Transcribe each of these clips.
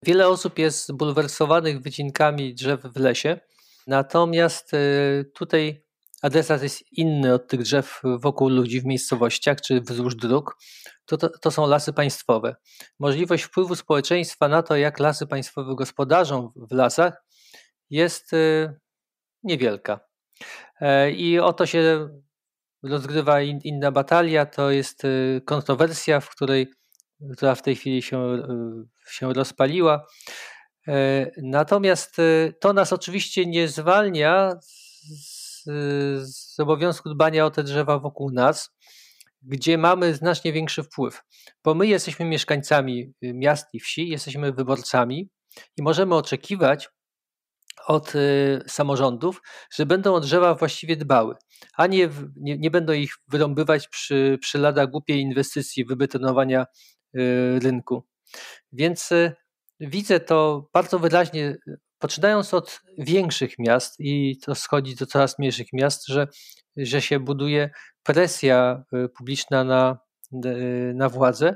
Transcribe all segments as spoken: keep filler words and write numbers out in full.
Wiele osób jest zbulwersowanych wycinkami drzew w lesie, natomiast tutaj adresat jest inny od tych drzew wokół ludzi w miejscowościach czy wzdłuż dróg. To, to, to są lasy państwowe. Możliwość wpływu społeczeństwa na to, jak lasy państwowe gospodarzą w lasach, jest niewielka. I oto się rozgrywa in, inna batalia, to jest kontrowersja, w której, która w tej chwili się, się rozpaliła. Natomiast to nas oczywiście nie zwalnia z, z obowiązku dbania o te drzewa wokół nas, gdzie mamy znacznie większy wpływ, bo my jesteśmy mieszkańcami miast i wsi, jesteśmy wyborcami i możemy oczekiwać od y, samorządów, że będą o drzewa właściwie dbały, a nie, nie, nie będą ich wyrąbywać przy, przy lada głupiej inwestycji wybetonowania y, rynku. Więc y, widzę to bardzo wyraźnie, poczynając od większych miast i to schodzi do coraz mniejszych miast, że, że się buduje presja publiczna na, na władzę.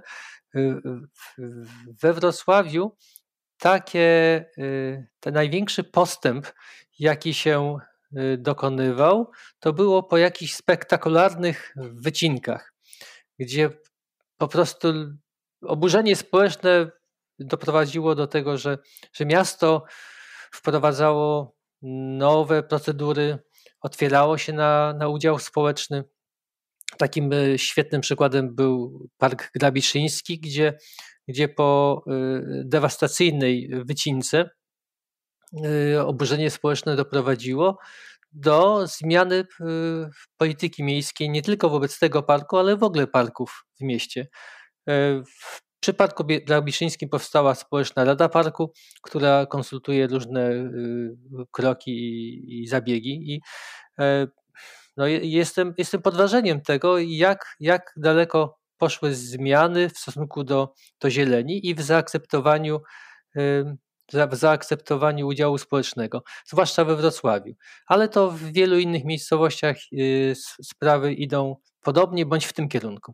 We Wrocławiu takie, ten największy postęp, jaki się dokonywał, to było po jakichś spektakularnych wycinkach, gdzie po prostu oburzenie społeczne doprowadziło do tego, że, że miasto wprowadzało nowe procedury, otwierało się na, na udział społeczny. Takim świetnym przykładem był Park Grabiszyński, gdzie, gdzie po dewastacyjnej wycince oburzenie społeczne doprowadziło do zmiany polityki miejskiej nie tylko wobec tego parku, ale w ogóle parków w mieście. W Przy Parku Grabiszyńskim powstała społeczna rada parku, która konsultuje różne kroki i, i zabiegi. I no, jestem, jestem pod wrażeniem tego, jak, jak daleko poszły zmiany w stosunku do, do zieleni i w zaakceptowaniu, w zaakceptowaniu udziału społecznego, zwłaszcza we Wrocławiu. Ale to w wielu innych miejscowościach sprawy idą podobnie bądź w tym kierunku.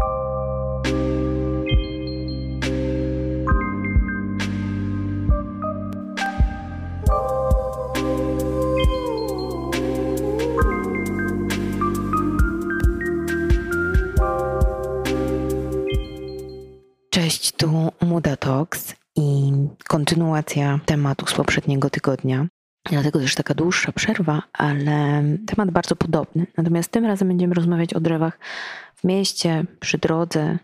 Cześć, tu Muda Talks i kontynuacja tematu z poprzedniego tygodnia. Dlatego też taka dłuższa przerwa, ale temat bardzo podobny. Natomiast tym razem będziemy rozmawiać o drzewach w mieście, przy drodze,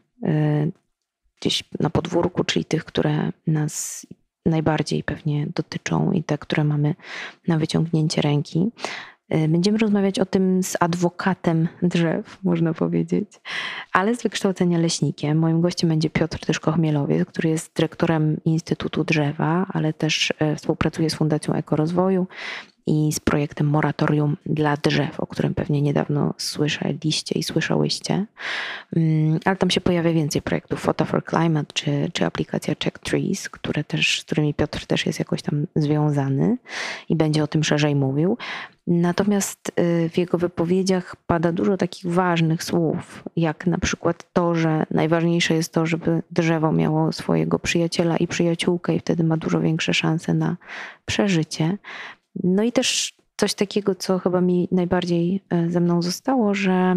gdzieś na podwórku, czyli tych, które nas najbardziej pewnie dotyczą i te, które mamy na wyciągnięcie ręki. Będziemy rozmawiać o tym z adwokatem drzew, można powiedzieć, ale z wykształcenia leśnikiem. Moim gościem będzie Piotr Tyszko-Chmielowiec, który jest dyrektorem Instytutu Drzewa, ale też współpracuje z Fundacją Ekorozwoju i z projektem Moratorium dla Drzew, o którym pewnie niedawno słyszeliście i słyszałyście. Ale tam się pojawia więcej projektów, Photo for Climate czy, czy aplikacja Check Trees, które też, z którymi Piotr też jest jakoś tam związany i będzie o tym szerzej mówił. Natomiast w jego wypowiedziach pada dużo takich ważnych słów, jak na przykład to, że najważniejsze jest to, żeby drzewo miało swojego przyjaciela i przyjaciółkę i wtedy ma dużo większe szanse na przeżycie. No i też coś takiego, co chyba mi najbardziej ze mną zostało, że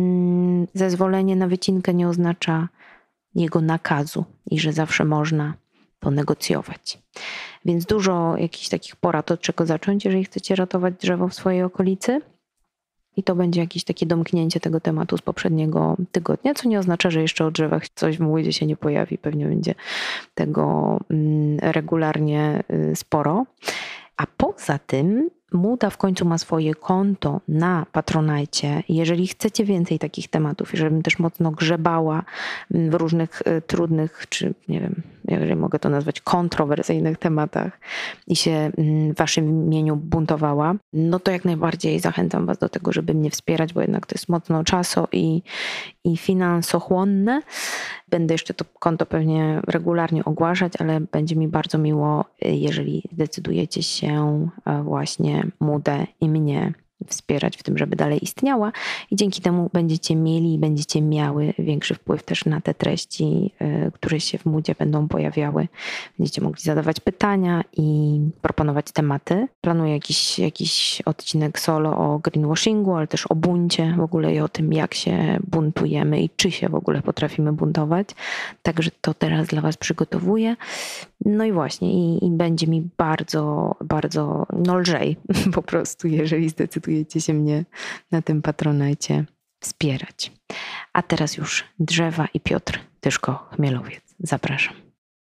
zezwolenie na wycinkę nie oznacza jego nakazu i że zawsze można ponegocjować. Więc dużo jakichś takich porad, od czego zacząć, jeżeli chcecie ratować drzewo w swojej okolicy. I to będzie jakieś takie domknięcie tego tematu z poprzedniego tygodnia, co nie oznacza, że jeszcze o drzewach coś w Młodzie się nie pojawi. Pewnie będzie tego regularnie sporo. A poza tym Muda w końcu ma swoje konto na Patronite. Jeżeli chcecie więcej takich tematów, żebym też mocno grzebała w różnych trudnych, czy nie wiem, jeżeli mogę to nazwać, kontrowersyjnych tematach i się w waszym imieniu buntowała, no to jak najbardziej zachęcam was do tego, żeby mnie wspierać, bo jednak to jest mocno czaso i, i finansochłonne. Będę jeszcze to konto pewnie regularnie ogłaszać, ale będzie mi bardzo miło, jeżeli zdecydujecie się właśnie Mudę i mnie wspierać w tym, żeby dalej istniała i dzięki temu będziecie mieli i będziecie miały większy wpływ też na te treści, które się w Moodzie będą pojawiały. Będziecie mogli zadawać pytania i proponować tematy. Planuję jakiś, jakiś odcinek solo o greenwashingu, ale też o buncie w ogóle i o tym, jak się buntujemy i czy się w ogóle potrafimy buntować. Także to teraz dla Was przygotowuję. No i właśnie, i, i będzie mi bardzo, bardzo no lżej po prostu, jeżeli zdecydujecie się mnie na tym Patronajcie wspierać. A teraz już drzewa i Piotr Tyszko-Chmielowiec. Zapraszam.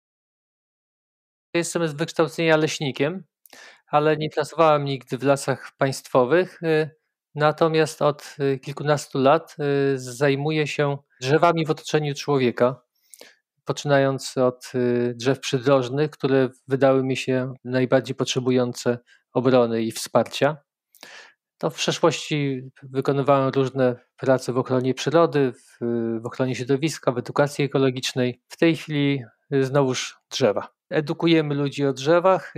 Jestem z wykształcenia leśnikiem, ale nie pracowałem nigdy w lasach państwowych. Natomiast od kilkunastu lat zajmuję się drzewami w otoczeniu człowieka, poczynając od drzew przydrożnych, które wydały mi się najbardziej potrzebujące obrony i wsparcia. To w przeszłości wykonywałem różne prace w ochronie przyrody, w, w ochronie środowiska, w edukacji ekologicznej. W tej chwili znowuż drzewa. Edukujemy ludzi o drzewach,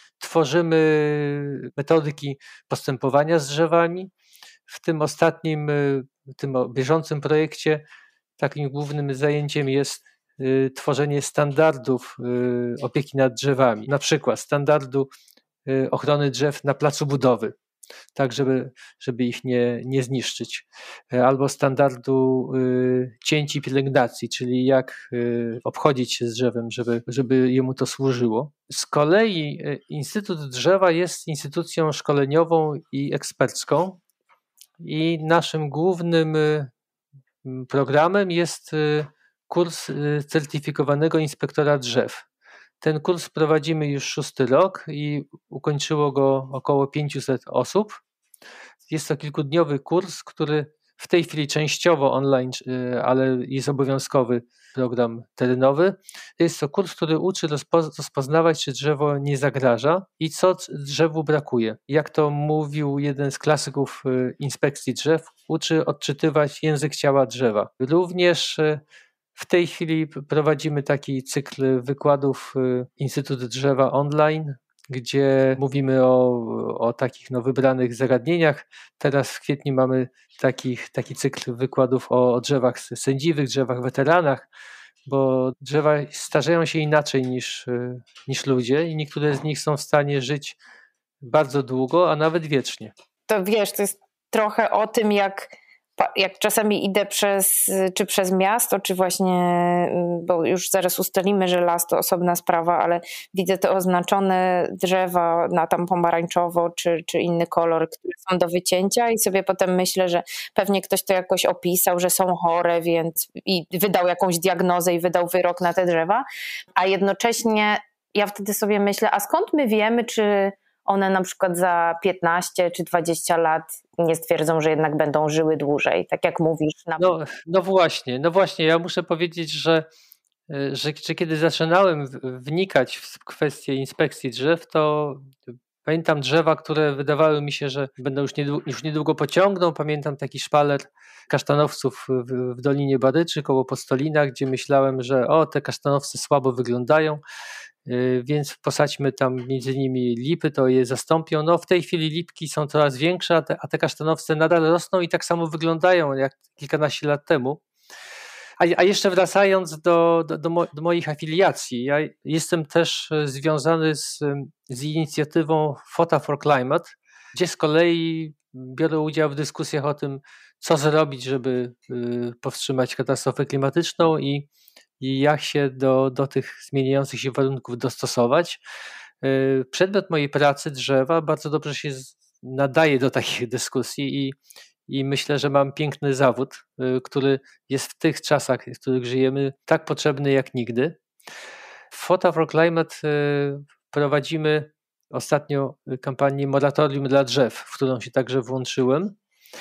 tworzymy metodyki postępowania z drzewami. W tym ostatnim, w tym bieżącym projekcie takim głównym zajęciem jest tworzenie standardów opieki nad drzewami. Na przykład standardu ochrony drzew na placu budowy, tak żeby, żeby ich nie, nie zniszczyć. Albo standardu y, cięć i pielęgnacji, czyli jak y, obchodzić się z drzewem, żeby, żeby jemu to służyło. Z kolei y, Instytut Drzewa jest instytucją szkoleniową i ekspercką i naszym głównym y, programem jest y, kurs y, certyfikowanego inspektora drzew. Ten kurs prowadzimy już szósty rok i ukończyło go około pięćset osób. Jest to kilkudniowy kurs, który w tej chwili częściowo online, ale jest obowiązkowy program terenowy. Jest to kurs, który uczy rozpoznawać, czy drzewo nie zagraża i co drzewu brakuje. Jak to mówił jeden z klasyków inspekcji drzew, uczy odczytywać język ciała drzewa. Również w tej chwili prowadzimy taki cykl wykładów Instytut Drzewa online, gdzie mówimy o, o takich no, wybranych zagadnieniach. Teraz w kwietniu mamy takich, taki cykl wykładów o, o drzewach sędziwych, drzewach weteranach, bo drzewa starzeją się inaczej niż, niż ludzie i niektóre z nich są w stanie żyć bardzo długo, a nawet wiecznie. To wiesz, to jest trochę o tym, jak jak czasami idę przez, czy przez miasto, czy właśnie, bo już zaraz ustalimy, że las to osobna sprawa, ale widzę te oznaczone drzewa na tam pomarańczowo, czy, czy inny kolor, które są do wycięcia i sobie potem myślę, że pewnie ktoś to jakoś opisał, że są chore, więc i wydał jakąś diagnozę i wydał wyrok na te drzewa, a jednocześnie ja wtedy sobie myślę, a skąd my wiemy, czy one na przykład za piętnaście czy dwadzieścia lat nie stwierdzą, że jednak będą żyły dłużej, tak jak mówisz. Na... No, no właśnie, no właśnie, ja muszę powiedzieć, że, że, że kiedy zaczynałem wnikać w kwestie inspekcji drzew, to pamiętam drzewa, które wydawały mi się, że będą już niedługo, już niedługo pociągną. Pamiętam taki szpaler kasztanowców w, w Dolinie Baryczy koło Postolina, gdzie myślałem, że o, te kasztanowce słabo wyglądają, więc posadźmy tam między nimi lipy, to je zastąpią. No w tej chwili lipki są coraz większe, a te, a te kasztanowce nadal rosną i tak samo wyglądają jak kilkanaście lat temu. A, a jeszcze wracając do, do, do, mo, do moich afiliacji, ja jestem też związany z, z inicjatywą Fota for Climate, gdzie z kolei biorę udział w dyskusjach o tym, co zrobić, żeby y, powstrzymać katastrofę klimatyczną i i jak się do, do tych zmieniających się warunków dostosować. Przedmiot mojej pracy, drzewa, bardzo dobrze się nadaje do takich dyskusji i, i myślę, że mam piękny zawód, który jest w tych czasach, w których żyjemy, tak potrzebny jak nigdy. W Fota for Climate prowadzimy ostatnio kampanię Moratorium dla drzew, w którą się także włączyłem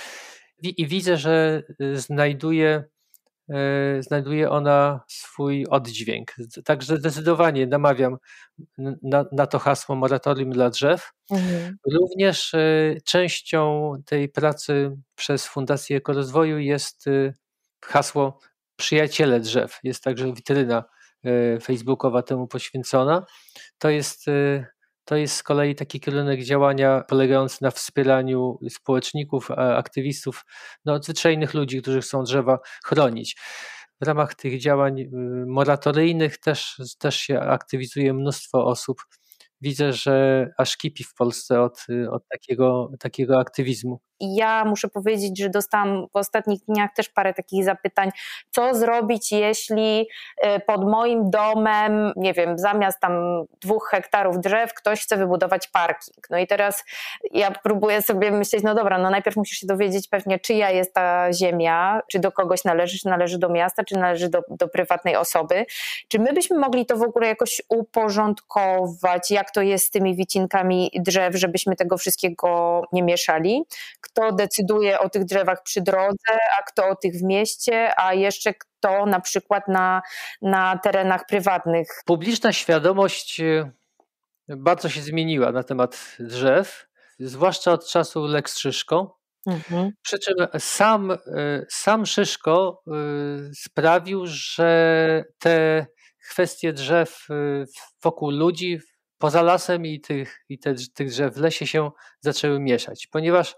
i widzę, że znajduje znajduje ona swój oddźwięk. Także zdecydowanie namawiam na, na to hasło Moratorium dla drzew. Mhm. Również częścią tej pracy przez Fundację Ekorozwoju jest hasło Przyjaciele drzew. Jest także witryna facebookowa temu poświęcona. To jest to jest z kolei taki kierunek działania polegający na wspieraniu społeczników, aktywistów, no, zwyczajnych ludzi, którzy chcą drzewa chronić. W ramach tych działań moratoryjnych też, też się aktywizuje mnóstwo osób. Widzę, że aż kipi w Polsce od, od takiego, takiego aktywizmu. I ja muszę powiedzieć, że dostałam w ostatnich dniach też parę takich zapytań, co zrobić, jeśli pod moim domem, nie wiem, zamiast tam dwóch hektarów drzew ktoś chce wybudować parking. No i teraz ja próbuję sobie myśleć, no dobra, no najpierw musisz się dowiedzieć pewnie, czyja jest ta ziemia, czy do kogoś należy, czy należy do miasta, czy należy do, do prywatnej osoby. Czy my byśmy mogli to w ogóle jakoś uporządkować, jak to jest z tymi wycinkami drzew, żebyśmy tego wszystkiego nie mieszali? Kto decyduje o tych drzewach przy drodze, a kto o tych w mieście, a jeszcze kto na przykład na, na terenach prywatnych. Publiczna świadomość bardzo się zmieniła na temat drzew, zwłaszcza od czasu Lex Szyszko. Mhm. Przy czym sam, sam Szyszko sprawił, że te kwestie drzew wokół ludzi, poza lasem i tych, i te, tych drzew w lesie się zaczęły mieszać, ponieważ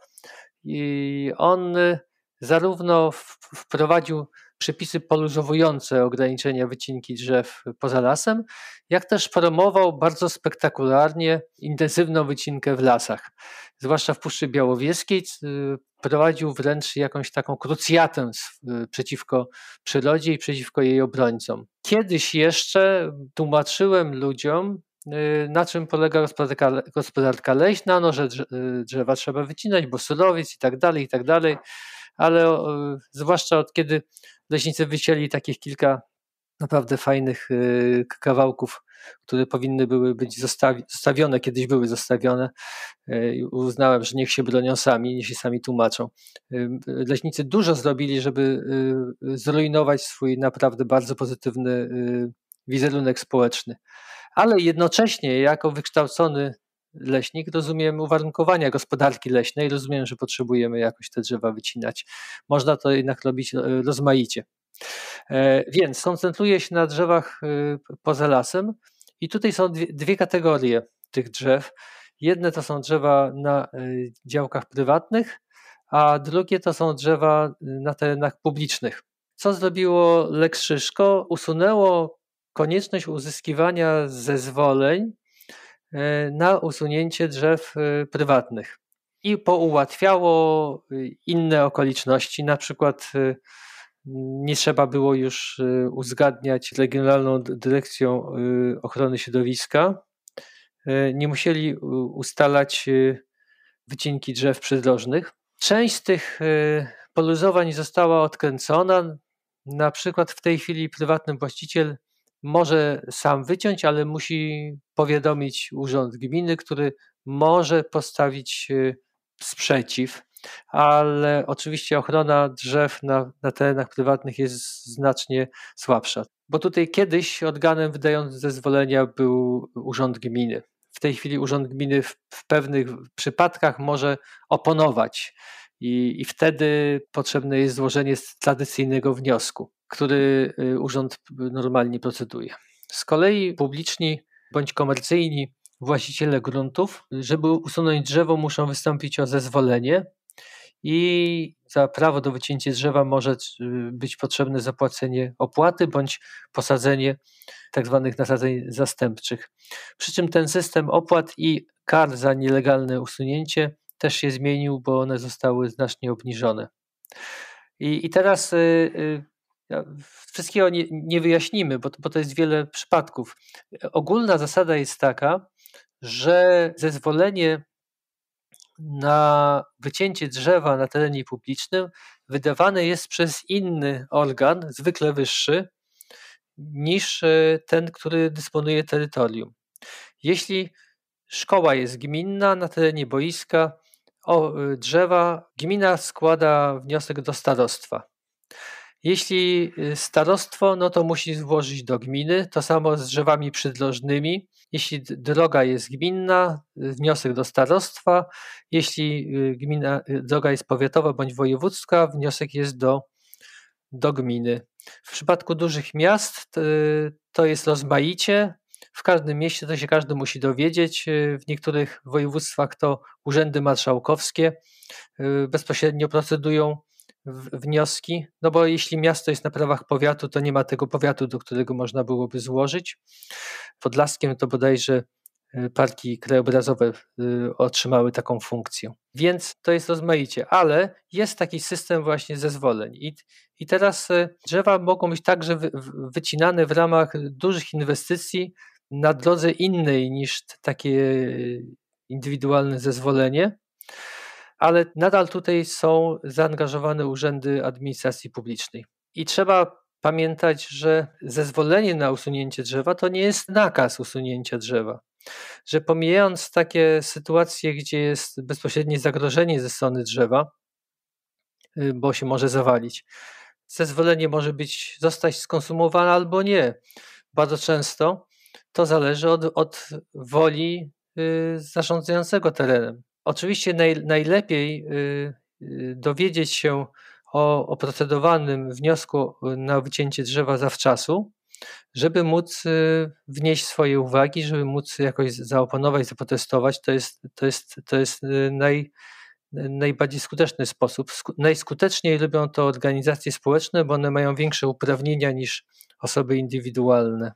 i on zarówno wprowadził przepisy poluzowujące ograniczenia wycinki drzew poza lasem, jak też promował bardzo spektakularnie intensywną wycinkę w lasach. Zwłaszcza w Puszczy Białowieskiej prowadził wręcz jakąś taką krucjatę przeciwko przyrodzie i przeciwko jej obrońcom. Kiedyś jeszcze tłumaczyłem ludziom, na czym polega gospodarka, gospodarka leśna, no, że drzewa trzeba wycinać, bo surowiec i tak dalej, i tak dalej, ale o, zwłaszcza od kiedy leśnicy wycięli takich kilka naprawdę fajnych y, kawałków, które powinny były być zostawi- zostawione, kiedyś były zostawione, y, uznałem, że niech się bronią sami, niech się sami tłumaczą. Y, leśnicy dużo zrobili, żeby y, zrujnować swój naprawdę bardzo pozytywny y, wizerunek społeczny. Ale jednocześnie jako wykształcony leśnik rozumiem uwarunkowania gospodarki leśnej, rozumiem, że potrzebujemy jakoś te drzewa wycinać. Można to jednak robić rozmaicie. Więc skoncentruję się na drzewach poza lasem i tutaj są dwie, dwie kategorie tych drzew. Jedne to są drzewa na działkach prywatnych, a drugie to są drzewa na terenach publicznych. Co zrobiło Lex Szyszko? Usunęło konieczność uzyskiwania zezwoleń na usunięcie drzew prywatnych i poułatwiało inne okoliczności, na przykład nie trzeba było już uzgadniać z Regionalną Dyrekcją Ochrony Środowiska, nie musieli ustalać wycinki drzew przydrożnych. Część z tych poluzowań została odkręcona, na przykład w tej chwili prywatny właściciel może sam wyciąć, ale musi powiadomić urząd gminy, który może postawić sprzeciw, ale oczywiście ochrona drzew na, na terenach prywatnych jest znacznie słabsza, bo tutaj kiedyś organem wydającym zezwolenia był urząd gminy. W tej chwili urząd gminy w, w pewnych przypadkach może oponować i, i wtedy potrzebne jest złożenie tradycyjnego wniosku, który urząd normalnie proceduje. Z kolei publiczni bądź komercyjni właściciele gruntów, żeby usunąć drzewo, muszą wystąpić o zezwolenie i za prawo do wycięcia drzewa może być potrzebne zapłacenie opłaty bądź posadzenie tak zwanych nasadzeń zastępczych. Przy czym ten system opłat i kar za nielegalne usunięcie też się zmienił, bo one zostały znacznie obniżone. I, i teraz y, y, wszystkiego nie, nie wyjaśnimy, bo to, bo to jest wiele przypadków. Ogólna zasada jest taka, że zezwolenie na wycięcie drzewa na terenie publicznym wydawane jest przez inny organ, zwykle wyższy, niż ten, który dysponuje terytorium. Jeśli szkoła jest gminna, na terenie boiska o drzewa, gmina składa wniosek do starostwa. Jeśli starostwo, no to musi złożyć do gminy, to samo z drzewami przydrożnymi. Jeśli droga jest gminna, wniosek do starostwa. Jeśli gmina, droga jest powiatowa bądź wojewódzka, wniosek jest do, do gminy. W przypadku dużych miast to jest rozmaicie. w każdym mieście to się każdy musi dowiedzieć. W niektórych województwach to urzędy marszałkowskie bezpośrednio procedują wnioski, no bo jeśli miasto jest na prawach powiatu, to nie ma tego powiatu, do którego można byłoby złożyć. Podlaskiem to bodajże parki krajobrazowe otrzymały taką funkcję. Więc to jest rozmaicie, ale jest taki system właśnie zezwoleń. I, i teraz drzewa mogą być także wy, wycinane w ramach dużych inwestycji na drodze innej niż takie indywidualne zezwolenie, ale nadal tutaj są zaangażowane urzędy administracji publicznej. I trzeba pamiętać, że zezwolenie na usunięcie drzewa to nie jest nakaz usunięcia drzewa. Że pomijając takie sytuacje, gdzie jest bezpośrednie zagrożenie ze strony drzewa, bo się może zawalić, zezwolenie może być, zostać skonsumowane albo nie. Bardzo często to zależy od, od woli y, zarządzającego terenem. Oczywiście naj, najlepiej y, y, dowiedzieć się o, o procedowanym wniosku na wycięcie drzewa zawczasu, żeby móc wnieść swoje uwagi, żeby móc jakoś zaoponować, zaprotestować. To jest, to jest, to jest naj, najbardziej skuteczny sposób. Najskuteczniej robią to organizacje społeczne, bo one mają większe uprawnienia niż osoby indywidualne.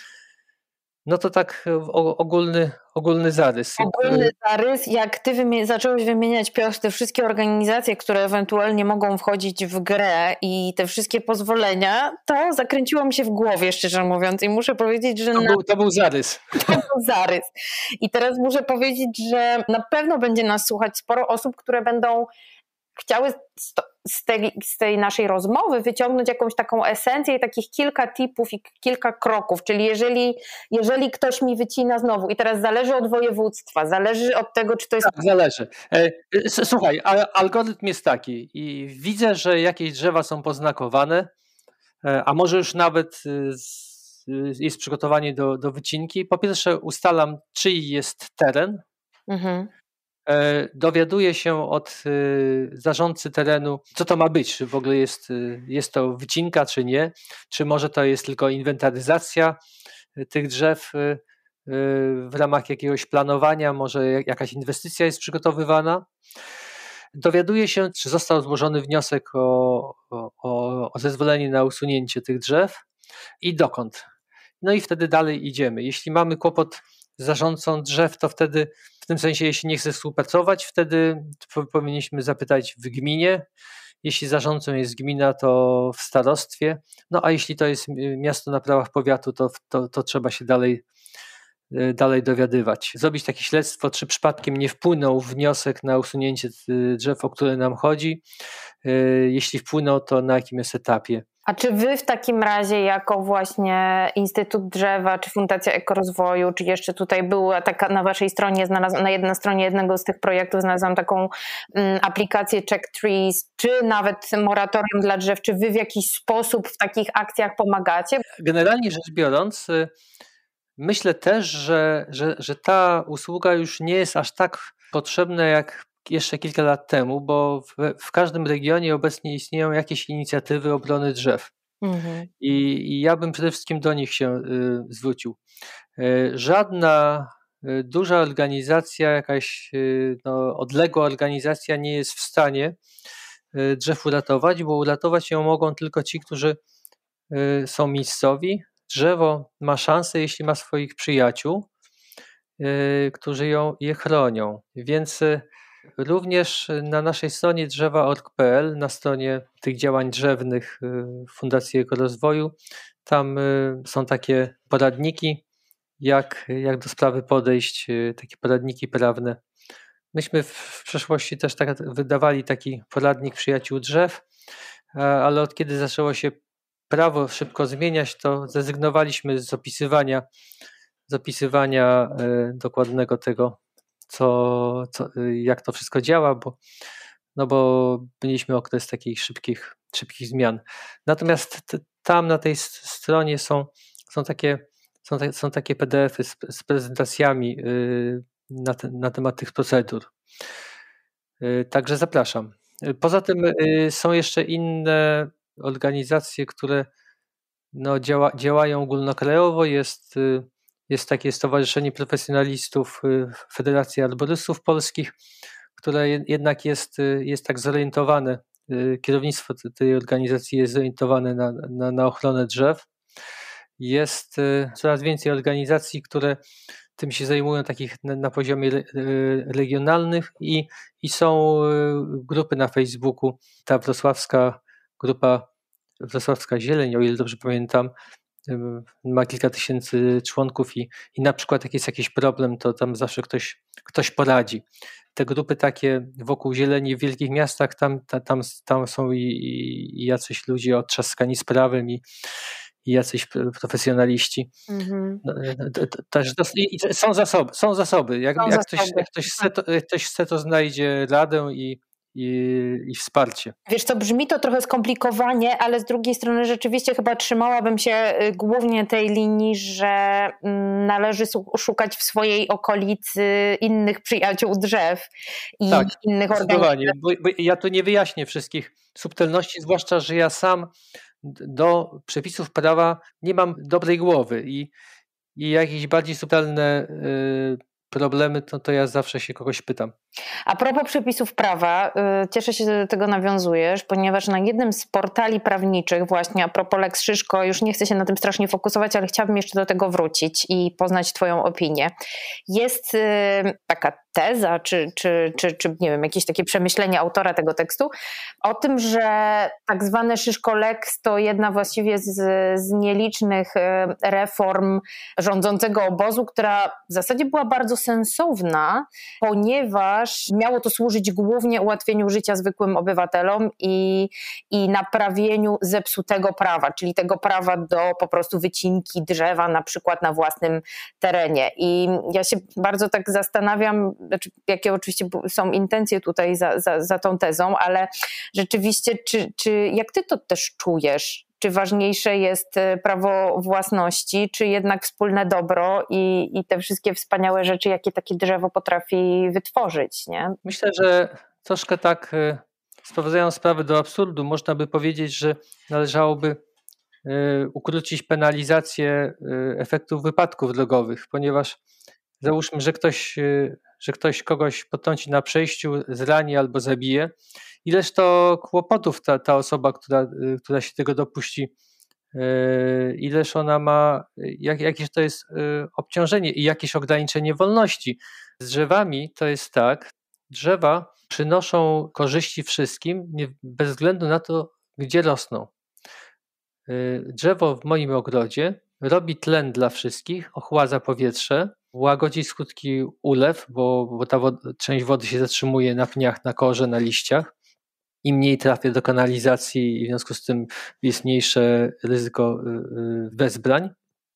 No to tak ogólny, ogólny zarys. Ogólny zarys, jak ty wymi- zacząłeś wymieniać, Piotr, te wszystkie organizacje, które ewentualnie mogą wchodzić w grę i te wszystkie pozwolenia, to zakręciło mi się w głowie, szczerze mówiąc, i muszę powiedzieć, że... To, na... był, to był zarys. To był zarys. I teraz muszę powiedzieć, że na pewno będzie nas słuchać sporo osób, które będą chciały z tej, z tej naszej rozmowy wyciągnąć jakąś taką esencję i takich kilka tipów i kilka kroków, czyli jeżeli, jeżeli ktoś mi wycina znowu i teraz zależy od województwa, zależy od tego, czy to jest... Tak, zależy. Słuchaj, algorytm jest taki i widzę, że jakieś drzewa są poznakowane, a może już nawet jest przygotowanie do, do wycinki. Po pierwsze ustalam, czyj jest teren. Mhm. Dowiaduję się od zarządcy terenu, co to ma być, czy w ogóle jest, jest to wycinka, czy nie, czy może to jest tylko inwentaryzacja tych drzew w ramach jakiegoś planowania, może jakaś inwestycja jest przygotowywana. Dowiaduję się, czy został złożony wniosek o, o, o zezwolenie na usunięcie tych drzew i dokąd. No i wtedy dalej idziemy. Jeśli mamy kłopot z zarządcą drzew, to wtedy, w tym sensie, jeśli nie chce współpracować, wtedy powinniśmy zapytać w gminie. Jeśli zarządcą jest gmina, to w starostwie. No a jeśli to jest miasto na prawach powiatu, to, to, to trzeba się dalej, dalej dowiadywać. Zrobić takie śledztwo, czy przypadkiem nie wpłynął wniosek na usunięcie drzew, o które nam chodzi. Jeśli wpłynął, to na jakim jest etapie. A czy wy w takim razie jako właśnie Instytut Drzewa, czy Fundacja Ekorozwoju, czy jeszcze tutaj była taka na waszej stronie, znalazłam, na, jedna, na stronie jednego z tych projektów znalazłam taką um, aplikację Check Trees, czy nawet moratorium dla drzew, czy wy w jakiś sposób w takich akcjach pomagacie? Generalnie rzecz biorąc, myślę też, że, że, że ta usługa już nie jest aż tak potrzebna jak jeszcze kilka lat temu, bo w, w każdym regionie obecnie istnieją jakieś inicjatywy obrony drzew. Mhm. I, I ja bym przede wszystkim do nich się y, zwrócił. Y, żadna y, duża organizacja, jakaś y, no, odległa organizacja nie jest w stanie y, drzew uratować, bo uratować ją mogą tylko ci, którzy y, są miejscowi. Drzewo ma szansę, jeśli ma swoich przyjaciół, y, którzy ją, je chronią. Więc y, również na naszej stronie drzewa kropka org kropka pe el, na stronie tych działań drzewnych Fundacji Ekorozwoju, tam są takie poradniki, jak, jak do sprawy podejść, takie poradniki prawne. Myśmy w przeszłości też tak wydawali taki poradnik Przyjaciół Drzew, ale od kiedy zaczęło się prawo szybko zmieniać, to zrezygnowaliśmy z opisywania, z opisywania dokładnego tego, Co, co, jak to wszystko działa, bo, no bo mieliśmy okres takich szybkich, szybkich zmian. Natomiast t, tam na tej stronie są, są, takie, są, te, są takie pe de efy z, z prezentacjami yy, na, te, na temat tych procedur. Yy, także zapraszam. Poza tym yy, są jeszcze inne organizacje, które no, działa, działają ogólnokrajowo. Jest, yy, jest takie Stowarzyszenie Profesjonalistów Federacji Arborystów Polskich, które jednak jest, jest tak zorientowane, kierownictwo tej organizacji jest zorientowane na, na, na ochronę drzew. Jest coraz więcej organizacji, które tym się zajmują, takich na, na poziomie regionalnym i, i są grupy na Facebooku. Ta wrocławska grupa Wrocławska Zieleń, o ile dobrze pamiętam, ma kilka tysięcy członków i, i na przykład jak jest jakiś problem, to tam zawsze ktoś, ktoś poradzi. Te grupy takie wokół zieleni w wielkich miastach, tam, tam, tam są i, i jacyś ludzie otrzaskani z prawem i, i jacyś profesjonaliści. Mhm. No, też są zasoby, są zasoby. Jak, są jak, ktoś, zasoby. jak, ktoś chce, to, jak ktoś chce, to znajdzie radę i I, i wsparcie. Wiesz co, brzmi to trochę skomplikowanie, ale z drugiej strony rzeczywiście chyba trzymałabym się głównie tej linii, że należy szukać w swojej okolicy innych przyjaciół drzew i tak, innych organizacji. Bo, bo ja tu nie wyjaśnię wszystkich subtelności, zwłaszcza, że ja sam do przepisów prawa nie mam dobrej głowy i, i jakieś bardziej subtelne yy, problemy, to, to ja zawsze się kogoś pytam. A propos przepisów prawa, cieszę się, że do tego nawiązujesz, ponieważ na jednym z portali prawniczych właśnie a propos Lex Szyszko, już nie chcę się na tym strasznie fokusować, ale chciałabym jeszcze do tego wrócić i poznać twoją opinię. Jest taka teza, czy, czy, czy, czy nie wiem, jakieś takie przemyślenie autora tego tekstu o tym, że tak zwane Szyszko Lex to jedna właściwie z, z nielicznych reform rządzącego obozu, która w zasadzie była bardzo sensowna, ponieważ miało to służyć głównie ułatwieniu życia zwykłym obywatelom i, i naprawieniu zepsutego prawa, czyli tego prawa do po prostu wycinki drzewa na przykład na własnym terenie. I ja się bardzo tak zastanawiam, znaczy, jakie oczywiście są intencje tutaj za, za, za tą tezą, ale rzeczywiście, czy, czy jak ty to też czujesz? Czy ważniejsze jest prawo własności, czy jednak wspólne dobro i, i te wszystkie wspaniałe rzeczy, jakie takie drzewo potrafi wytworzyć, nie? Myślę, że troszkę tak sprowadzając sprawę do absurdu, można by powiedzieć, że należałoby ukrócić penalizację efektów wypadków drogowych, ponieważ załóżmy, że ktoś, że ktoś kogoś potrąci na przejściu, zrani albo zabije, ileż to kłopotów ta, ta osoba, która, która się tego dopuści, ileż ona ma, jak, jakież to jest obciążenie i jakieś ograniczenie wolności. Z drzewami to jest tak, drzewa przynoszą korzyści wszystkim, bez względu na to, gdzie rosną. Drzewo w moim ogrodzie robi tlen dla wszystkich, ochładza powietrze, łagodzi skutki ulew, bo, bo ta wod- część wody się zatrzymuje na pniach, na korze, na liściach i mniej trafia do kanalizacji i w związku z tym jest mniejsze ryzyko wezbrań.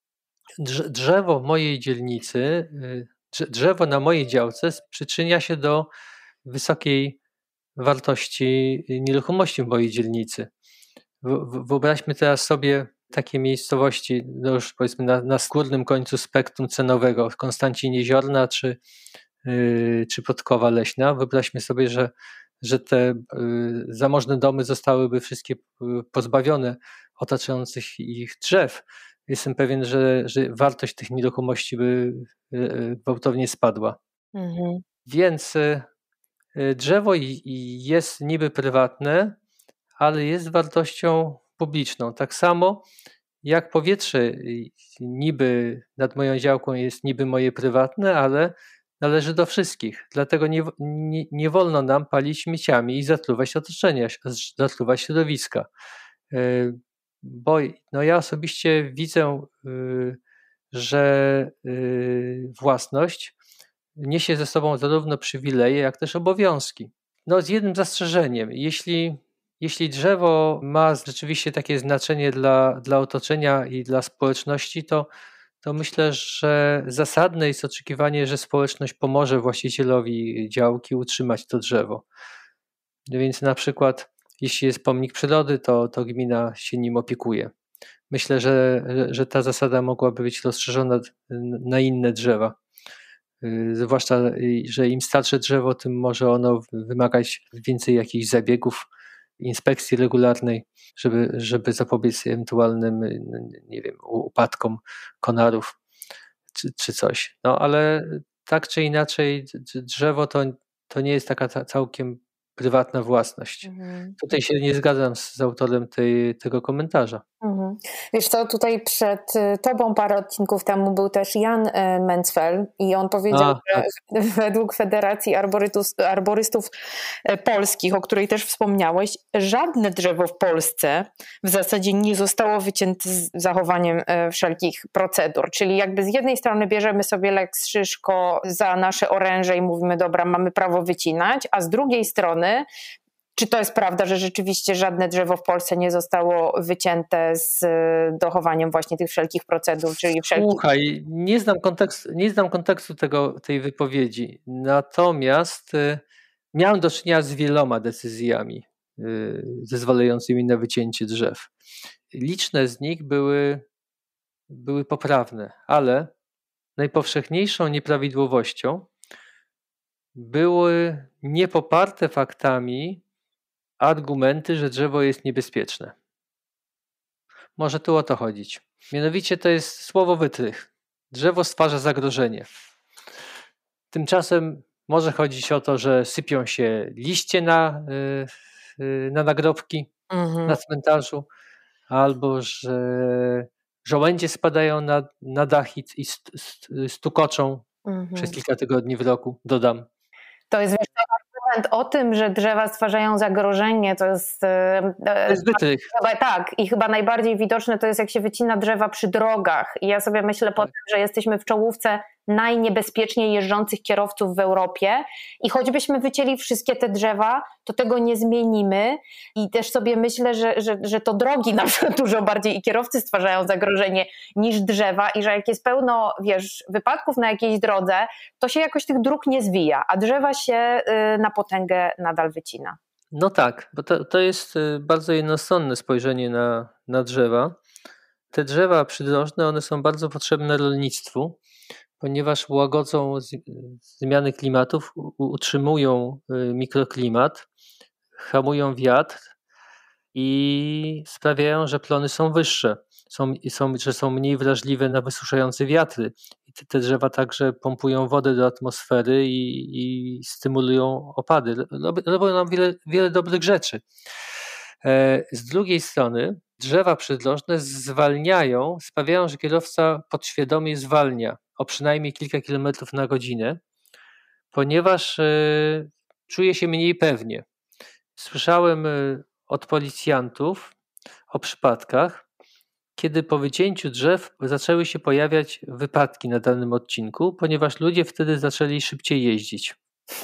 Drzewo w mojej dzielnicy, drzewo na mojej działce przyczynia się do wysokiej wartości nieruchomości w mojej dzielnicy. Wyobraźmy teraz sobie takie miejscowości, no już powiedzmy na, na skórnym końcu spektrum cenowego, Konstancin Jeziorna czy, yy, czy Podkowa Leśna. Wyobraźmy sobie, że, że te yy, zamożne domy zostałyby wszystkie pozbawione otaczających ich drzew. Jestem pewien, że, że wartość tych nieruchomości by yy, gwałtownie spadła. Mhm. Więc yy, drzewo i, i jest niby prywatne, ale jest wartością publiczną. Tak samo jak powietrze niby nad moją działką jest niby moje prywatne, ale należy do wszystkich. Dlatego nie, nie, nie wolno nam palić śmieciami i zatruwać otoczenia, zatruwać środowiska. Bo no ja osobiście widzę, że własność niesie ze sobą zarówno przywileje, jak też obowiązki. No z jednym zastrzeżeniem. Jeśli Jeśli drzewo ma rzeczywiście takie znaczenie dla, dla otoczenia i dla społeczności, to, to myślę, że zasadne jest oczekiwanie, że społeczność pomoże właścicielowi działki utrzymać to drzewo. Więc na przykład jeśli jest pomnik przyrody, to, to gmina się nim opiekuje. Myślę, że, że ta zasada mogłaby być rozszerzona na inne drzewa. Zwłaszcza, że im starsze drzewo, tym może ono wymagać więcej jakichś zabiegów, inspekcji regularnej, żeby, żeby zapobiec ewentualnym, nie wiem, upadkom konarów. czy, czy coś. No ale tak czy inaczej drzewo to, to nie jest taka całkiem prywatna własność. Mhm. Tutaj się nie zgadzam z, z autorem tej, tego komentarza. Mhm. Wiesz co, tutaj przed tobą parę odcinków temu był też Jan Mencfel i on powiedział, A, że tak. według Federacji Arborytus, Arborystów Polskich, o której też wspomniałeś, żadne drzewo w Polsce w zasadzie nie zostało wycięte z zachowaniem wszelkich procedur, czyli jakby z jednej strony bierzemy sobie lex Szyszko za nasze oręże i mówimy, dobra, mamy prawo wycinać, a z drugiej strony czy to jest prawda, że rzeczywiście żadne drzewo w Polsce nie zostało wycięte z dochowaniem właśnie tych wszelkich procedur, czyli wszelkich... Słuchaj, nie znam kontekstu, nie znam kontekstu tego, tej wypowiedzi, natomiast y, miałem do czynienia z wieloma decyzjami y, zezwalającymi na wycięcie drzew. Liczne z nich były, były poprawne, ale najpowszechniejszą nieprawidłowością były niepoparte faktami argumenty, że drzewo jest niebezpieczne. Może tu o to chodzić. Mianowicie to jest słowo wytrych. Drzewo stwarza zagrożenie. Tymczasem może chodzić o to, że sypią się liście na, na nagrobki mhm. na cmentarzu, albo że żołędzie spadają na, na dach i, i stukoczą mhm. przez kilka tygodni w roku, dodam. To jest wiesz, to argument o tym, że drzewa stwarzają zagrożenie, to jest... To jest wytrych. Chyba, tak, i chyba najbardziej widoczne to jest, jak się wycina drzewa przy drogach. I ja sobie myślę tak. po tym, że jesteśmy w czołówce najniebezpieczniej jeżdżących kierowców w Europie i choćbyśmy wycięli wszystkie te drzewa, to tego nie zmienimy i też sobie myślę, że, że, że to drogi na przykład dużo bardziej i kierowcy stwarzają zagrożenie niż drzewa i że jak jest pełno, wiesz, wypadków na jakiejś drodze, to się jakoś tych dróg nie zwija, a drzewa się na potęgę nadal wycina. No tak, bo to, to jest bardzo jednostronne spojrzenie na, na drzewa. Te drzewa przydrożne, one są bardzo potrzebne rolnictwu, ponieważ łagodzą zmiany klimatów, utrzymują mikroklimat, hamują wiatr i sprawiają, że plony są wyższe, są, są, że są mniej wrażliwe na wysuszające wiatry. I te, te drzewa także pompują wodę do atmosfery i, i stymulują opady. Robią nam wiele, wiele dobrych rzeczy. Z drugiej strony drzewa przydrożne zwalniają, sprawiają, że kierowca podświadomie zwalnia o przynajmniej kilka kilometrów na godzinę, ponieważ y, czuje się mniej pewnie. Słyszałem y, od policjantów o przypadkach, kiedy po wycięciu drzew zaczęły się pojawiać wypadki na danym odcinku, ponieważ ludzie wtedy zaczęli szybciej jeździć.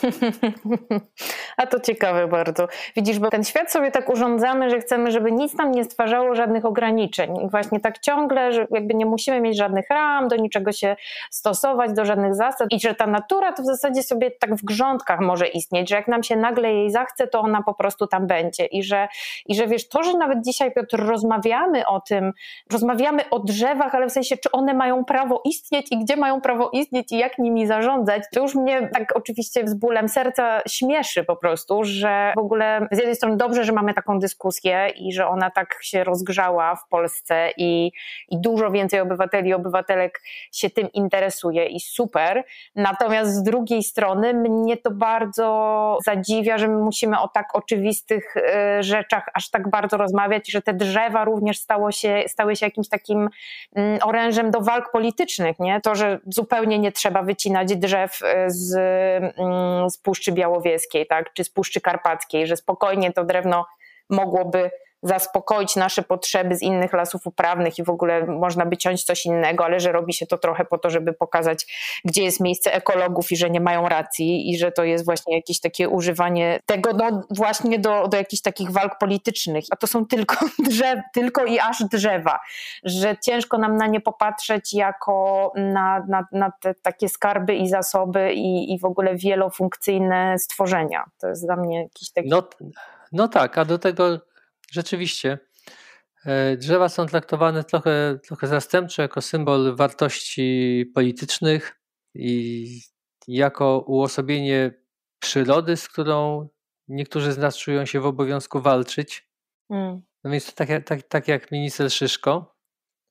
A to ciekawe bardzo. Widzisz, bo ten świat sobie tak urządzamy, że chcemy, żeby nic nam nie stwarzało żadnych ograniczeń. I właśnie tak ciągle, że jakby nie musimy mieć żadnych ram, do niczego się stosować, do żadnych zasad i że ta natura to w zasadzie sobie tak w grządkach może istnieć, że jak nam się nagle jej zachce, to ona po prostu tam będzie. I że, i że wiesz, to, że nawet dzisiaj, Piotr, rozmawiamy o tym, rozmawiamy o drzewach, ale w sensie, czy one mają prawo istnieć i gdzie mają prawo istnieć i jak nimi zarządzać, to już mnie tak oczywiście z bólem serca śmieszy po prostu, że w ogóle z jednej strony dobrze, że mamy taką dyskusję i że ona tak się rozgrzała w Polsce i, i dużo więcej obywateli i obywatelek się tym interesuje i super, natomiast z drugiej strony mnie to bardzo zadziwia, że my musimy o tak oczywistych y, rzeczach aż tak bardzo rozmawiać, że te drzewa również stało się, stały się jakimś takim y, orężem do walk politycznych, nie? To, że zupełnie nie trzeba wycinać drzew z y, z Puszczy Białowieskiej, tak, czy z Puszczy Karpackiej, że spokojnie to drewno mogłoby zaspokoić nasze potrzeby z innych lasów uprawnych i w ogóle można by ciąć coś innego, ale że robi się to trochę po to, żeby pokazać, gdzie jest miejsce ekologów i że nie mają racji i że to jest właśnie jakieś takie używanie tego no właśnie do, do jakichś takich walk politycznych, a to są tylko drzew, tylko i aż drzewa, że ciężko nam na nie popatrzeć jako na, na, na te takie skarby i zasoby i, i w ogóle wielofunkcyjne stworzenia. To jest dla mnie jakiś taki... No, no tak, a do tego rzeczywiście drzewa są traktowane trochę, trochę zastępczo jako symbol wartości politycznych i jako uosobienie przyrody, z którą niektórzy z nas czują się w obowiązku walczyć. Mm. No więc tak, tak, tak jak minister Szyszko,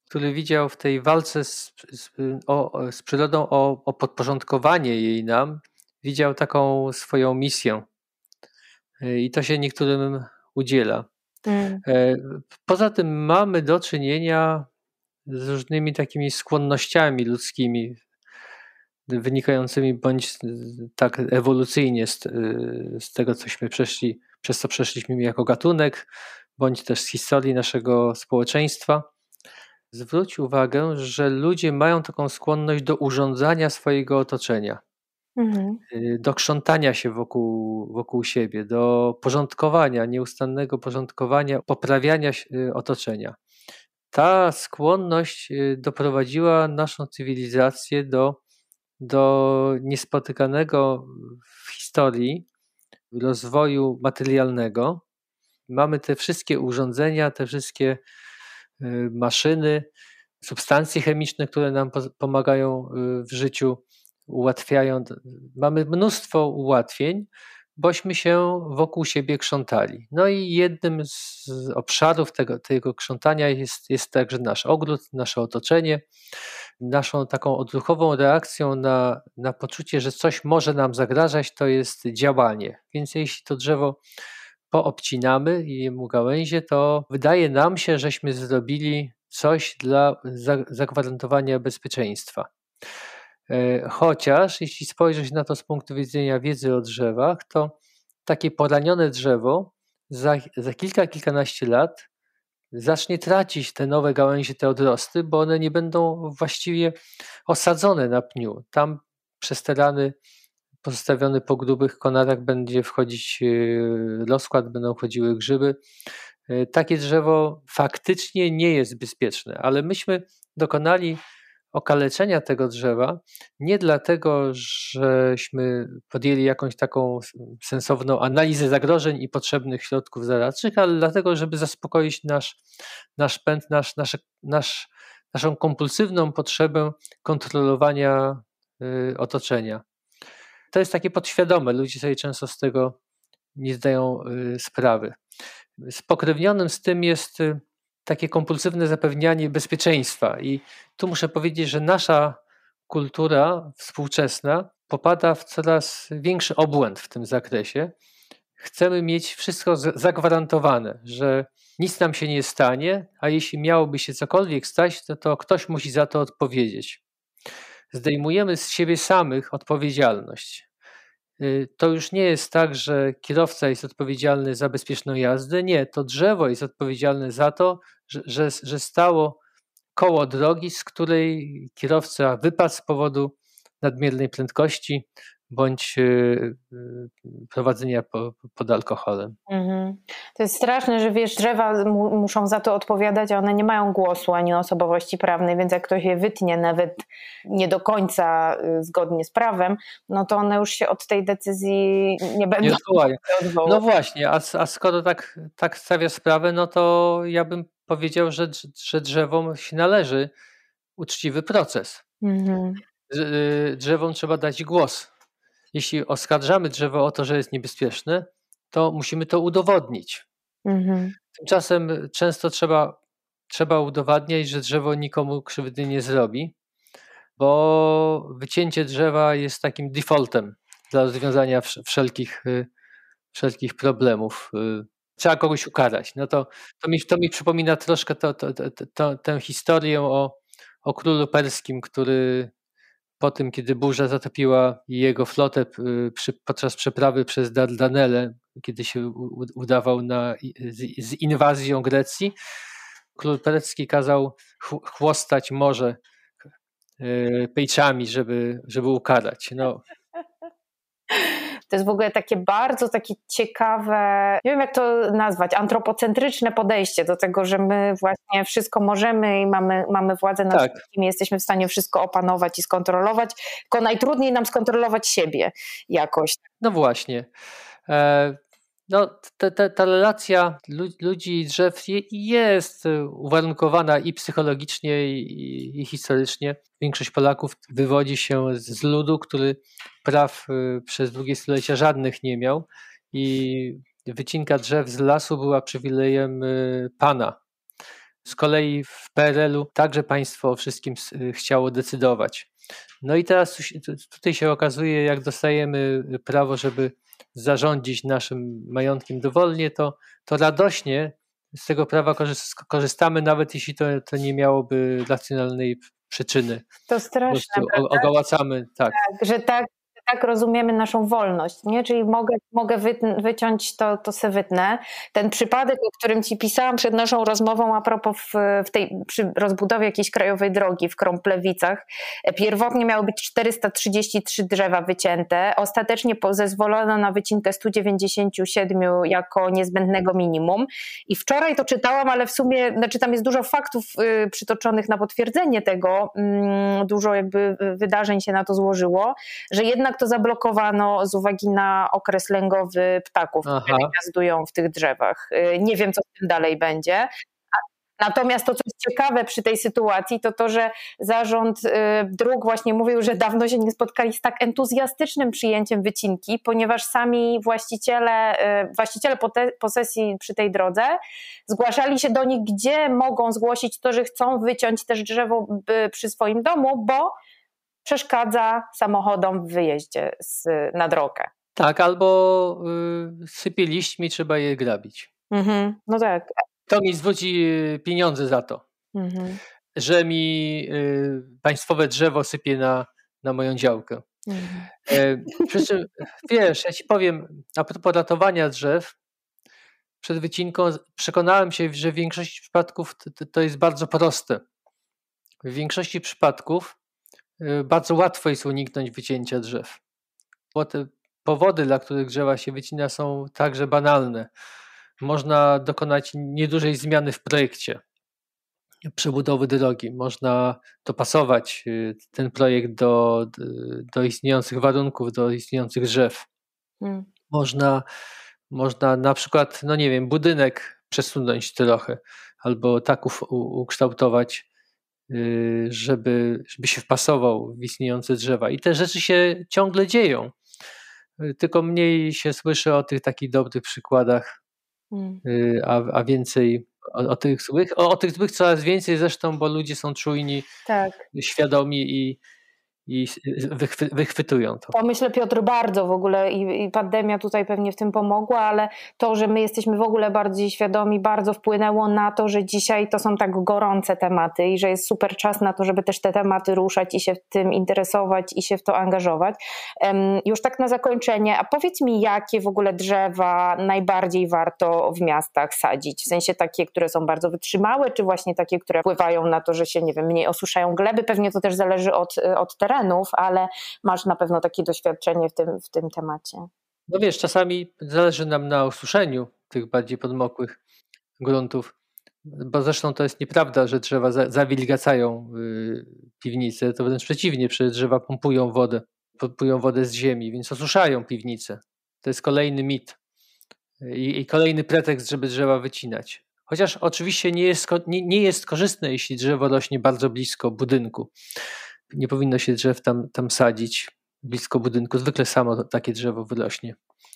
który widział w tej walce z, z, o, z przyrodą o, o podporządkowanie jej nam, widział taką swoją misję. I to się niektórym udziela. Mm. Poza tym mamy do czynienia z różnymi takimi skłonnościami ludzkimi, wynikającymi bądź tak ewolucyjnie z, z tego, cośmy przeszli, przez co przeszliśmy jako gatunek, bądź też z historii naszego społeczeństwa. Zwróć uwagę, że ludzie mają taką skłonność do urządzania swojego otoczenia, mhm. do krzątania się wokół, wokół siebie, do porządkowania, nieustannego porządkowania, poprawiania otoczenia. Ta skłonność doprowadziła naszą cywilizację do, do niespotykanego w historii rozwoju materialnego. Mamy te wszystkie urządzenia, te wszystkie maszyny, substancje chemiczne, które nam pomagają w życiu, ułatwiają. Mamy mnóstwo ułatwień, bośmy się wokół siebie krzątali. No i jednym z obszarów tego, tego krzątania jest, jest także nasz ogród, nasze otoczenie. Naszą taką odruchową reakcją na, na poczucie, że coś może nam zagrażać, to jest działanie. Więc jeśli to drzewo poobcinamy i jemu gałęzie, to wydaje nam się, żeśmy zrobili coś dla zagwarantowania bezpieczeństwa. Chociaż jeśli spojrzeć na to z punktu widzenia wiedzy o drzewach, to takie poranione drzewo za, za kilka, kilkanaście lat zacznie tracić te nowe gałęzie, te odrosty, bo one nie będą właściwie osadzone na pniu. Tam przez te rany pozostawiony po grubych konarach będzie wchodzić rozkład, będą wchodziły grzyby. Takie drzewo faktycznie nie jest bezpieczne, ale myśmy dokonali okaleczenia tego drzewa nie dlatego, żeśmy podjęli jakąś taką sensowną analizę zagrożeń i potrzebnych środków zaradczych, ale dlatego, żeby zaspokoić nasz, nasz pęd, nasz, nasz, nasz, naszą kompulsywną potrzebę kontrolowania y, otoczenia. To jest takie podświadome, ludzie sobie często z tego nie zdają y, sprawy. Spokrewnionym z tym jest y, takie kompulsywne zapewnianie bezpieczeństwa i tu muszę powiedzieć, że nasza kultura współczesna popada w coraz większy obłęd w tym zakresie. Chcemy mieć wszystko zagwarantowane, że nic nam się nie stanie, a jeśli miałoby się cokolwiek stać, to, to ktoś musi za to odpowiedzieć. Zdejmujemy z siebie samych odpowiedzialność. To już nie jest tak, że kierowca jest odpowiedzialny za bezpieczną jazdę. Nie, to drzewo jest odpowiedzialne za to, że, że, że stało koło drogi, z której kierowca wypadł z powodu nadmiernej prędkości bądź prowadzenia po, pod alkoholem. Mhm. To jest straszne, że wiesz, drzewa mu, muszą za to odpowiadać, a one nie mają głosu ani osobowości prawnej, więc jak ktoś je wytnie nawet nie do końca zgodnie z prawem, no to one już się od tej decyzji nie będą odwołać. No właśnie, a, a skoro tak, tak stawia sprawę, no to ja bym powiedział, że, że drzewom się należy uczciwy proces. Mhm. Drzewom trzeba dać głos. Jeśli oskarżamy drzewo o to, że jest niebezpieczne, to musimy to udowodnić. Mhm. Tymczasem często trzeba, trzeba udowadniać, że drzewo nikomu krzywdy nie zrobi, bo wycięcie drzewa jest takim defaultem dla rozwiązania wszelkich, wszelkich problemów. Trzeba kogoś ukarać. No to, to, mi, to mi przypomina troszkę to, to, to, to, tę historię o, o królu perskim, który po tym, kiedy burza zatopiła jego flotę przy, podczas przeprawy przez Dardanelle, kiedy się u, udawał na, z, z inwazją Grecji, król perski kazał ch, chłostać morze y, pejczami, żeby, żeby ukarać. No. To jest w ogóle takie bardzo takie ciekawe, nie wiem jak to nazwać, antropocentryczne podejście do tego, że my właśnie wszystko możemy i mamy, mamy władzę nad tak. wszystkim, jesteśmy w stanie wszystko opanować i skontrolować, tylko najtrudniej nam skontrolować siebie jakoś. No właśnie. E, no, te, te, ta relacja ludzi i drzew jest uwarunkowana i psychologicznie, i, i historycznie. Większość Polaków wywodzi się z ludu, który praw przez długie stulecia żadnych nie miał i wycinka drzew z lasu była przywilejem pana. Z kolei w P R L-u także państwo o wszystkim chciało decydować. No i teraz tutaj się okazuje, jak dostajemy prawo, żeby zarządzić naszym majątkiem dowolnie, to, to radośnie z tego prawa korzystamy, nawet jeśli to, to nie miałoby racjonalnej przyczyny. To straszne, po ogołacamy, tak. tak. Że tak, tak rozumiemy naszą wolność, nie? Czyli mogę, mogę wy, wyciąć to, to se wytnę. Ten przypadek, o którym ci pisałam przed naszą rozmową a propos w, w tej przy rozbudowie jakiejś krajowej drogi w Krąplewicach, pierwotnie miały być czterysta trzydzieści trzy drzewa wycięte, ostatecznie zezwolono na wycinkę stu dziewięćdziesięciu siedmiu jako niezbędnego minimum i wczoraj to czytałam, ale w sumie, znaczy tam jest dużo faktów y, przytoczonych na potwierdzenie tego, y, dużo jakby wydarzeń się na to złożyło, że jednak to zablokowano z uwagi na okres lęgowy ptaków, Aha. które gniazdują w tych drzewach. Nie wiem, co z tym dalej będzie. Natomiast to, co jest ciekawe przy tej sytuacji, to to, że zarząd dróg właśnie mówił, że dawno się nie spotkali z tak entuzjastycznym przyjęciem wycinki, ponieważ sami właściciele, właściciele posesji przy tej drodze zgłaszali się do nich, gdzie mogą zgłosić to, że chcą wyciąć też drzewo przy swoim domu, bo przeszkadza samochodom w wyjeździe z, na drogę. Tak, albo y, sypie liśćmi, trzeba je grabić. Mhm, no tak. To mi zwróci pieniądze za to, mhm. że mi y, państwowe drzewo sypie na, na moją działkę. Mhm. E, przy czym, wiesz, ja ci powiem, a propos ratowania drzew, przed wycinką przekonałem się, że w większości przypadków to, to jest bardzo proste. W większości przypadków bardzo łatwo jest uniknąć wycięcia drzew, bo te powody, dla których drzewa się wycina, są także banalne. Można dokonać niedużej zmiany w projekcie przebudowy drogi, można dopasować ten projekt do, do istniejących warunków, do istniejących drzew. Hmm. Można, można na przykład, no nie wiem, budynek przesunąć trochę albo tak u, ukształtować, Żeby, żeby się wpasował w istniejące drzewa. I te rzeczy się ciągle dzieją. Tylko mniej się słyszy o tych takich dobrych przykładach, mm. a, a więcej o, o tych złych. O, o tych złych coraz więcej zresztą, bo ludzie są czujni, tak. świadomi i, i wychwy, wychwytują to. To myślę, Piotr, bardzo w ogóle i, i pandemia tutaj pewnie w tym pomogła, ale to, że my jesteśmy w ogóle bardziej świadomi, bardzo wpłynęło na to, że dzisiaj to są tak gorące tematy i że jest super czas na to, żeby też te tematy ruszać i się w tym interesować i się w to angażować. Um, już tak na zakończenie, a powiedz mi, jakie w ogóle drzewa najbardziej warto w miastach sadzić? W sensie takie, które są bardzo wytrzymałe, czy właśnie takie, które wpływają na to, że się, nie wiem, mniej osuszają gleby? Pewnie to też zależy od, od terenu, ale masz na pewno takie doświadczenie w tym, w tym temacie. No wiesz, czasami zależy nam na osuszeniu tych bardziej podmokłych gruntów, bo zresztą to jest nieprawda, że drzewa za, zawilgacają y, piwnice, to wręcz przeciwnie, przecież drzewa pompują wodę, pompują wodę z ziemi, więc osuszają piwnice. To jest kolejny mit i, i kolejny pretekst, żeby drzewa wycinać. Chociaż oczywiście nie jest, nie, nie jest korzystne, jeśli drzewo rośnie bardzo blisko budynku. Nie powinno się drzew tam, tam sadzić blisko budynku. Zwykle samo takie drzewo wyrośnie.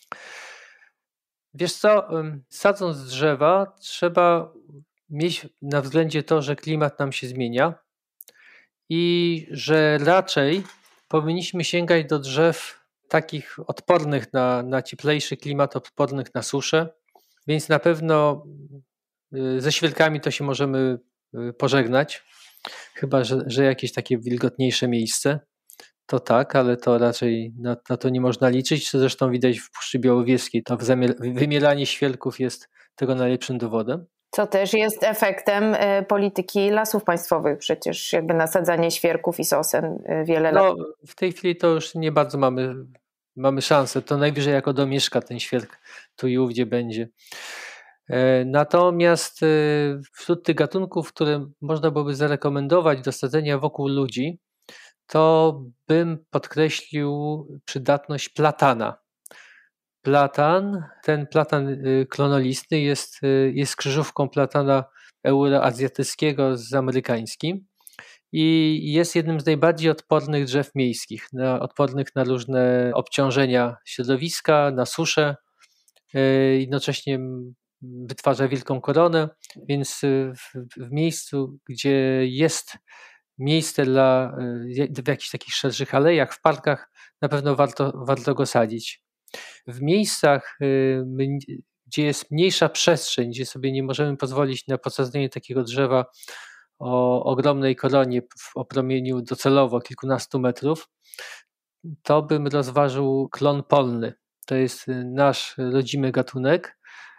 Wiesz co, sadząc drzewa trzeba mieć na względzie to, że klimat nam się zmienia i że raczej powinniśmy sięgać do drzew takich odpornych na, na cieplejszy klimat, odpornych na suszę, więc na pewno ze świerkami to się możemy pożegnać. Chyba, że, że jakieś takie wilgotniejsze miejsce, to tak, ale to raczej na, na to nie można liczyć, co zresztą widać w Puszczy Białowieskiej. To wymielanie świerków jest tego najlepszym dowodem. Co też jest efektem polityki Lasów Państwowych, przecież jakby nasadzanie świerków i sosen wiele no, lat. W tej chwili to już nie bardzo mamy, mamy szansę, to najwyżej jako domieszka ten świerk tu i ówdzie będzie. Natomiast wśród tych gatunków, które można byłoby zarekomendować do sadzenia wokół ludzi, to bym podkreślił przydatność platana. Platan, ten platan klonolistny jest, jest krzyżówką platana euroazjatyckiego z amerykańskim i jest jednym z najbardziej odpornych drzew miejskich, na, odpornych na różne obciążenia środowiska, na suszę, jednocześnie wytwarza wielką koronę, więc w, w miejscu, gdzie jest miejsce dla, w jakichś takich szerszych alejach, w parkach, na pewno warto, warto go sadzić. W miejscach, gdzie jest mniejsza przestrzeń, gdzie sobie nie możemy pozwolić na posadzenie takiego drzewa o ogromnej koronie o promieniu docelowo kilkunastu metrów, to bym rozważył klon polny. To jest nasz rodzimy gatunek,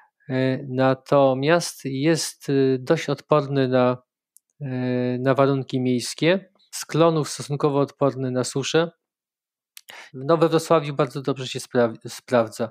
natomiast jest dość odporny na, na warunki miejskie, z klonów stosunkowo odporny na suszę. No we Wrocławiu bardzo dobrze się spra- sprawdza.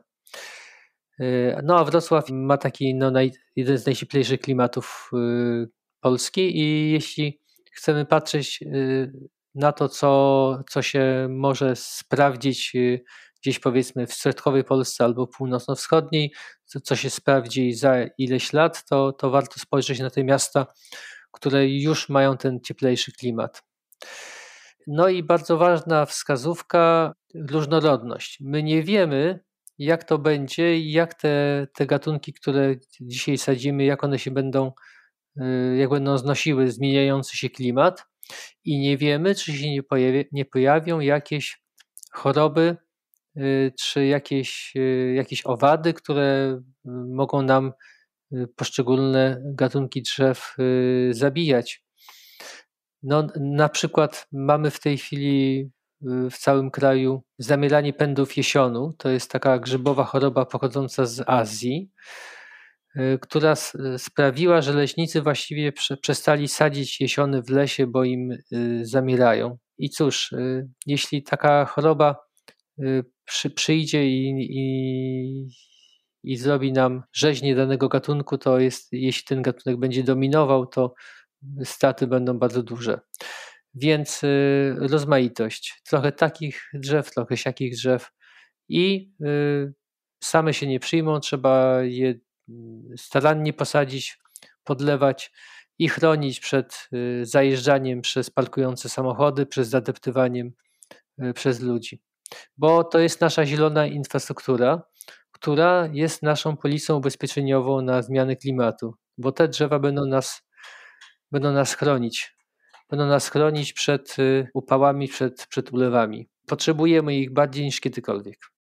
No a Wrocław ma taki no, naj, jeden z najcieplejszych klimatów y, Polski i jeśli chcemy patrzeć y, na to, co, co się może sprawdzić y, gdzieś powiedzmy w środkowej Polsce albo północno-wschodniej, co, co się sprawdzi za ileś lat, to, to warto spojrzeć na te miasta, które już mają ten cieplejszy klimat. No i bardzo ważna wskazówka, różnorodność. My nie wiemy, jak to będzie i jak te, te gatunki, które dzisiaj sadzimy, jak one się będą, jak będą znosiły zmieniający się klimat i nie wiemy, czy się nie, pojawi, nie pojawią jakieś choroby, czy jakieś, jakieś owady, które mogą nam poszczególne gatunki drzew zabijać. No, na przykład mamy w tej chwili w całym kraju zamieranie pędów jesionu. To jest taka grzybowa choroba pochodząca z Azji, która sprawiła, że leśnicy właściwie przestali sadzić jesiony w lesie, bo im zamierają. I cóż, jeśli taka choroba przy, przyjdzie i, i, i zrobi nam rzeźnię danego gatunku, to jest, jeśli ten gatunek będzie dominował, to straty będą bardzo duże. Więc y, rozmaitość. Trochę takich drzew, trochę siakich drzew i y, same się nie przyjmą, trzeba je starannie posadzić, podlewać i chronić przed y, zajeżdżaniem przez parkujące samochody, przed zadeptywaniem y, przez ludzi. Bo to jest nasza zielona infrastruktura, która jest naszą polisą ubezpieczeniową na zmiany klimatu, bo te drzewa będą nas będą nas chronić. Będą nas chronić przed upałami, przed, przed ulewami. Potrzebujemy ich bardziej niż kiedykolwiek.